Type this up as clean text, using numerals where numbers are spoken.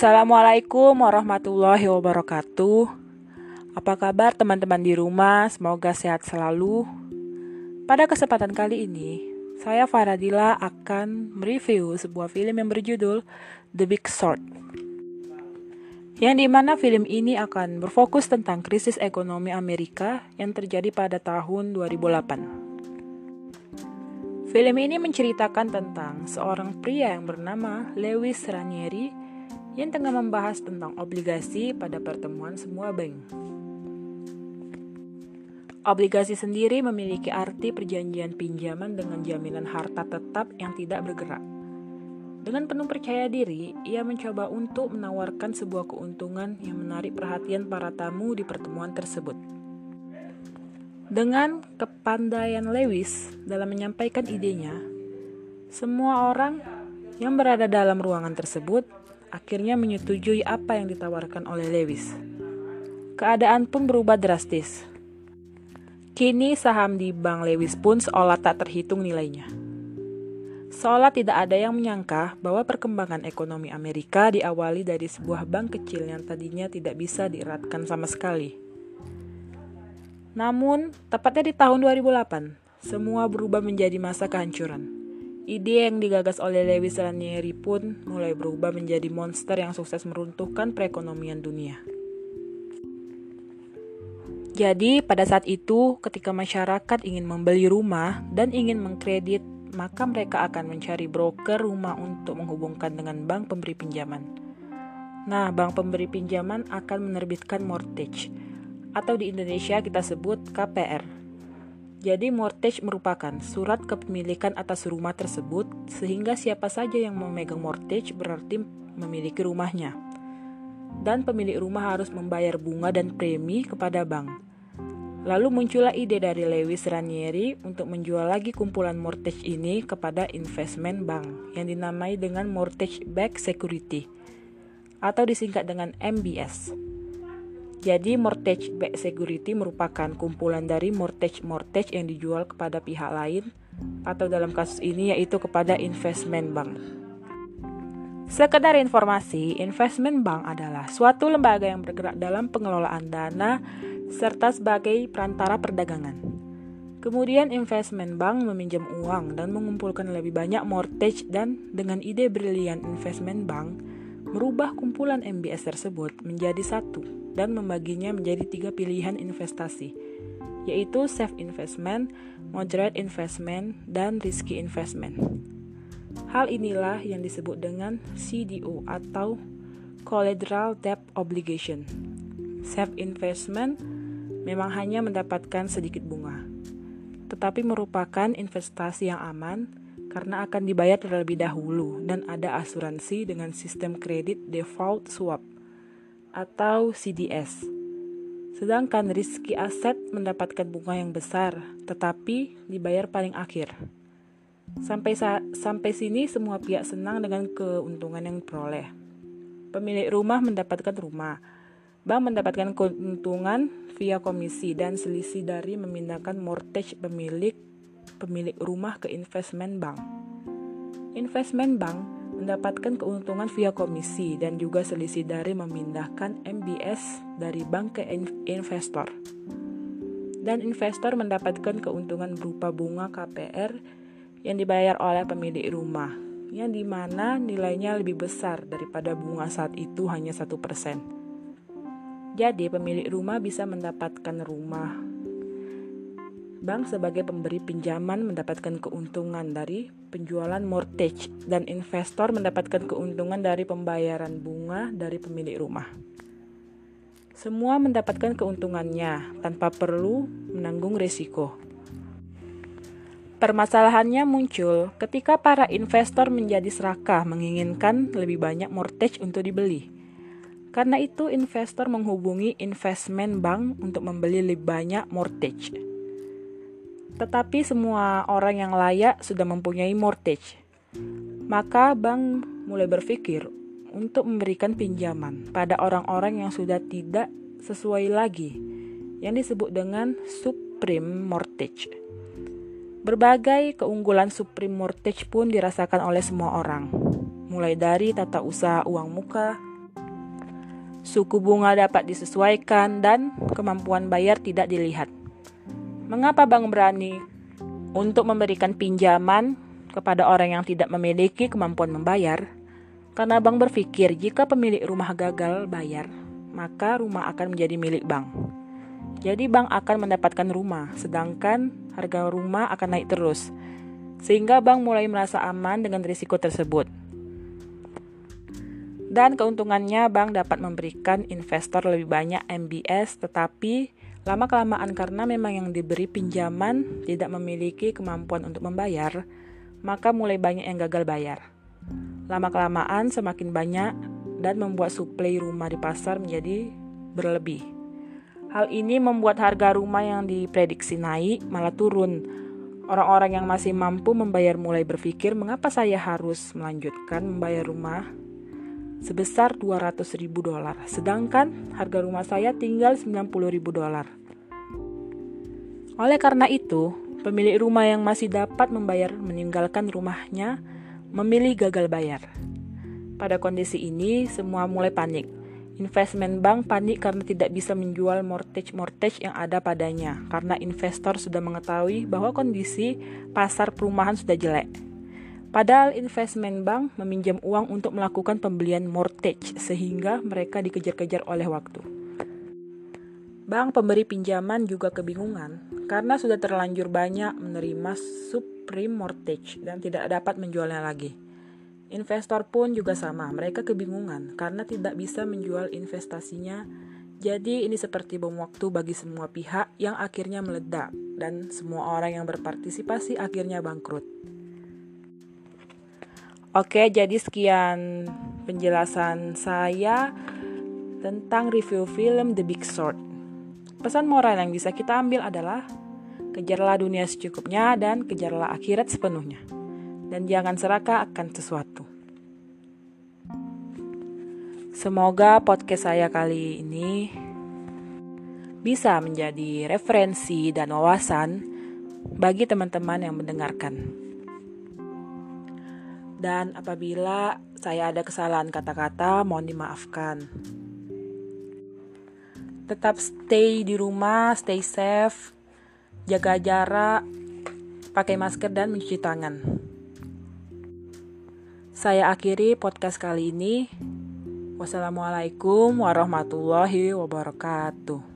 Assalamualaikum warahmatullahi wabarakatuh. Apa kabar teman-teman di rumah? Semoga sehat selalu. Pada kesempatan kali ini, saya Faradila akan mereview sebuah film yang berjudul The Big Short. Yang dimana film ini akan berfokus tentang krisis ekonomi Amerika yang terjadi pada tahun 2008. Film ini menceritakan tentang seorang pria yang bernama Lewis Ranieri yang tengah membahas tentang obligasi pada pertemuan semua bank. Obligasi sendiri memiliki arti perjanjian pinjaman dengan jaminan harta tetap yang tidak bergerak. Dengan penuh percaya diri, ia mencoba untuk menawarkan sebuah keuntungan yang menarik perhatian para tamu di pertemuan tersebut. Dengan kepandaian Lewis dalam menyampaikan idenya, semua orang yang berada dalam ruangan tersebut akhirnya menyetujui apa yang ditawarkan oleh Lewis. Keadaan pun berubah drastis. Kini saham di Bank Lewis pun seolah tak terhitung nilainya. Seolah tidak ada yang menyangka bahwa perkembangan ekonomi Amerika diawali dari sebuah bank kecil yang tadinya tidak bisa dieratkan sama sekali. Namun, tepatnya di tahun 2008, semua berubah menjadi masa kehancuran. Ide yang digagas oleh Lewis Ranieri pun mulai berubah menjadi monster yang sukses meruntuhkan perekonomian dunia. Jadi, pada saat itu, ketika masyarakat ingin membeli rumah dan ingin mengkredit, maka mereka akan mencari broker rumah untuk menghubungkan dengan bank pemberi pinjaman. Nah, bank pemberi pinjaman akan menerbitkan mortgage, atau di Indonesia kita sebut KPR. Jadi mortgage merupakan surat kepemilikan atas rumah tersebut, sehingga siapa saja yang memegang mortgage berarti memiliki rumahnya. Dan pemilik rumah harus membayar bunga dan premi kepada bank. Lalu muncullah ide dari Lewis Ranieri untuk menjual lagi kumpulan mortgage ini kepada investment bank yang dinamai dengan Mortgage Backed Security atau disingkat dengan MBS. Jadi Mortgage Backed Security merupakan kumpulan dari mortgage yang dijual kepada pihak lain atau dalam kasus ini yaitu kepada investment bank. Sekedar informasi, investment bank adalah suatu lembaga yang bergerak dalam pengelolaan dana serta sebagai perantara perdagangan. Kemudian investment bank meminjam uang dan mengumpulkan lebih banyak mortgage dan dengan ide brilian investment bank merubah kumpulan MBS tersebut menjadi satu dan membaginya menjadi 3 pilihan investasi, yaitu safe investment, moderate investment, dan risky investment. Hal inilah yang disebut dengan CDO atau Collateral Debt Obligation. Safe investment memang hanya mendapatkan sedikit bunga, tetapi merupakan investasi yang aman karena akan dibayar terlebih dahulu dan ada asuransi dengan sistem kredit default swap atau CDS. Sedangkan risky asset mendapatkan bunga yang besar tetapi dibayar paling akhir. Sampai sini semua pihak senang dengan keuntungan yang diperoleh. Pemilik rumah mendapatkan rumah, bank mendapatkan keuntungan via komisi dan selisih dari memindahkan mortgage pemilik rumah ke investment bank. Investment bank mendapatkan keuntungan via komisi dan juga selisih dari memindahkan MBS dari bank ke investor. Dan investor mendapatkan keuntungan berupa bunga KPR yang dibayar oleh pemilik rumah, yang dimana nilainya lebih besar daripada bunga saat itu hanya 1%. Jadi pemilik rumah bisa mendapatkan rumah. Bank sebagai pemberi pinjaman mendapatkan keuntungan dari penjualan mortgage dan investor mendapatkan keuntungan dari pembayaran bunga dari pemilik rumah. Semua mendapatkan keuntungannya tanpa perlu menanggung risiko. Permasalahannya muncul ketika para investor menjadi serakah menginginkan lebih banyak mortgage untuk dibeli. Karena itu investor menghubungi investment bank untuk membeli lebih banyak mortgage. Tetapi semua orang yang layak sudah mempunyai mortgage. Maka bank mulai berpikir untuk memberikan pinjaman pada orang-orang yang sudah tidak sesuai lagi, yang disebut dengan subprime mortgage. Berbagai keunggulan subprime mortgage pun dirasakan oleh semua orang, mulai dari tata usaha uang muka, Suku bunga dapat disesuaikan dan kemampuan bayar tidak dilihat. Mengapa bank berani untuk memberikan pinjaman kepada orang yang tidak memiliki kemampuan membayar? Karena bank berpikir jika pemilik rumah gagal bayar, maka rumah akan menjadi milik bank. Jadi bank akan mendapatkan rumah, sedangkan harga rumah akan naik terus. Sehingga bank mulai merasa aman dengan risiko tersebut. Dan keuntungannya bank dapat memberikan investor lebih banyak MBS, tetapi lama-kelamaan karena memang yang diberi pinjaman tidak memiliki kemampuan untuk membayar, maka mulai banyak yang gagal bayar. Lama-kelamaan semakin banyak dan membuat suplai rumah di pasar menjadi berlebih. Hal ini membuat harga rumah yang diprediksi naik malah turun. Orang-orang yang masih mampu membayar mulai berpikir, mengapa saya harus melanjutkan membayar rumah sebesar $200.000, sedangkan harga rumah saya tinggal $90.000. Oleh karena itu, pemilik rumah yang masih dapat membayar meninggalkan rumahnya memilih gagal bayar. Pada kondisi ini, semua mulai panik. Investment bank panik karena tidak bisa menjual mortgage yang ada padanya, karena investor sudah mengetahui bahwa kondisi pasar perumahan sudah jelek. Padahal investment bank meminjam uang untuk melakukan pembelian mortgage, sehingga mereka dikejar-kejar oleh waktu. Bank pemberi pinjaman juga kebingungan, karena sudah terlanjur banyak menerima subprime mortgage dan tidak dapat menjualnya lagi. Investor pun juga sama, mereka kebingungan karena tidak bisa menjual investasinya. Jadi ini seperti bom waktu bagi semua pihak yang akhirnya meledak dan semua orang yang berpartisipasi akhirnya bangkrut. Oke, jadi sekian penjelasan saya tentang review film The Big Short. Pesan moral yang bisa kita ambil adalah kejarlah dunia secukupnya dan kejarlah akhirat sepenuhnya. Dan jangan serakah akan sesuatu. Semoga podcast saya kali ini bisa menjadi referensi dan wawasan bagi teman-teman yang mendengarkan. Dan apabila saya ada kesalahan kata-kata, mohon dimaafkan. Tetap stay di rumah, stay safe, jaga jarak, pakai masker dan mencuci tangan. Saya akhiri podcast kali ini. Wassalamualaikum warahmatullahi wabarakatuh.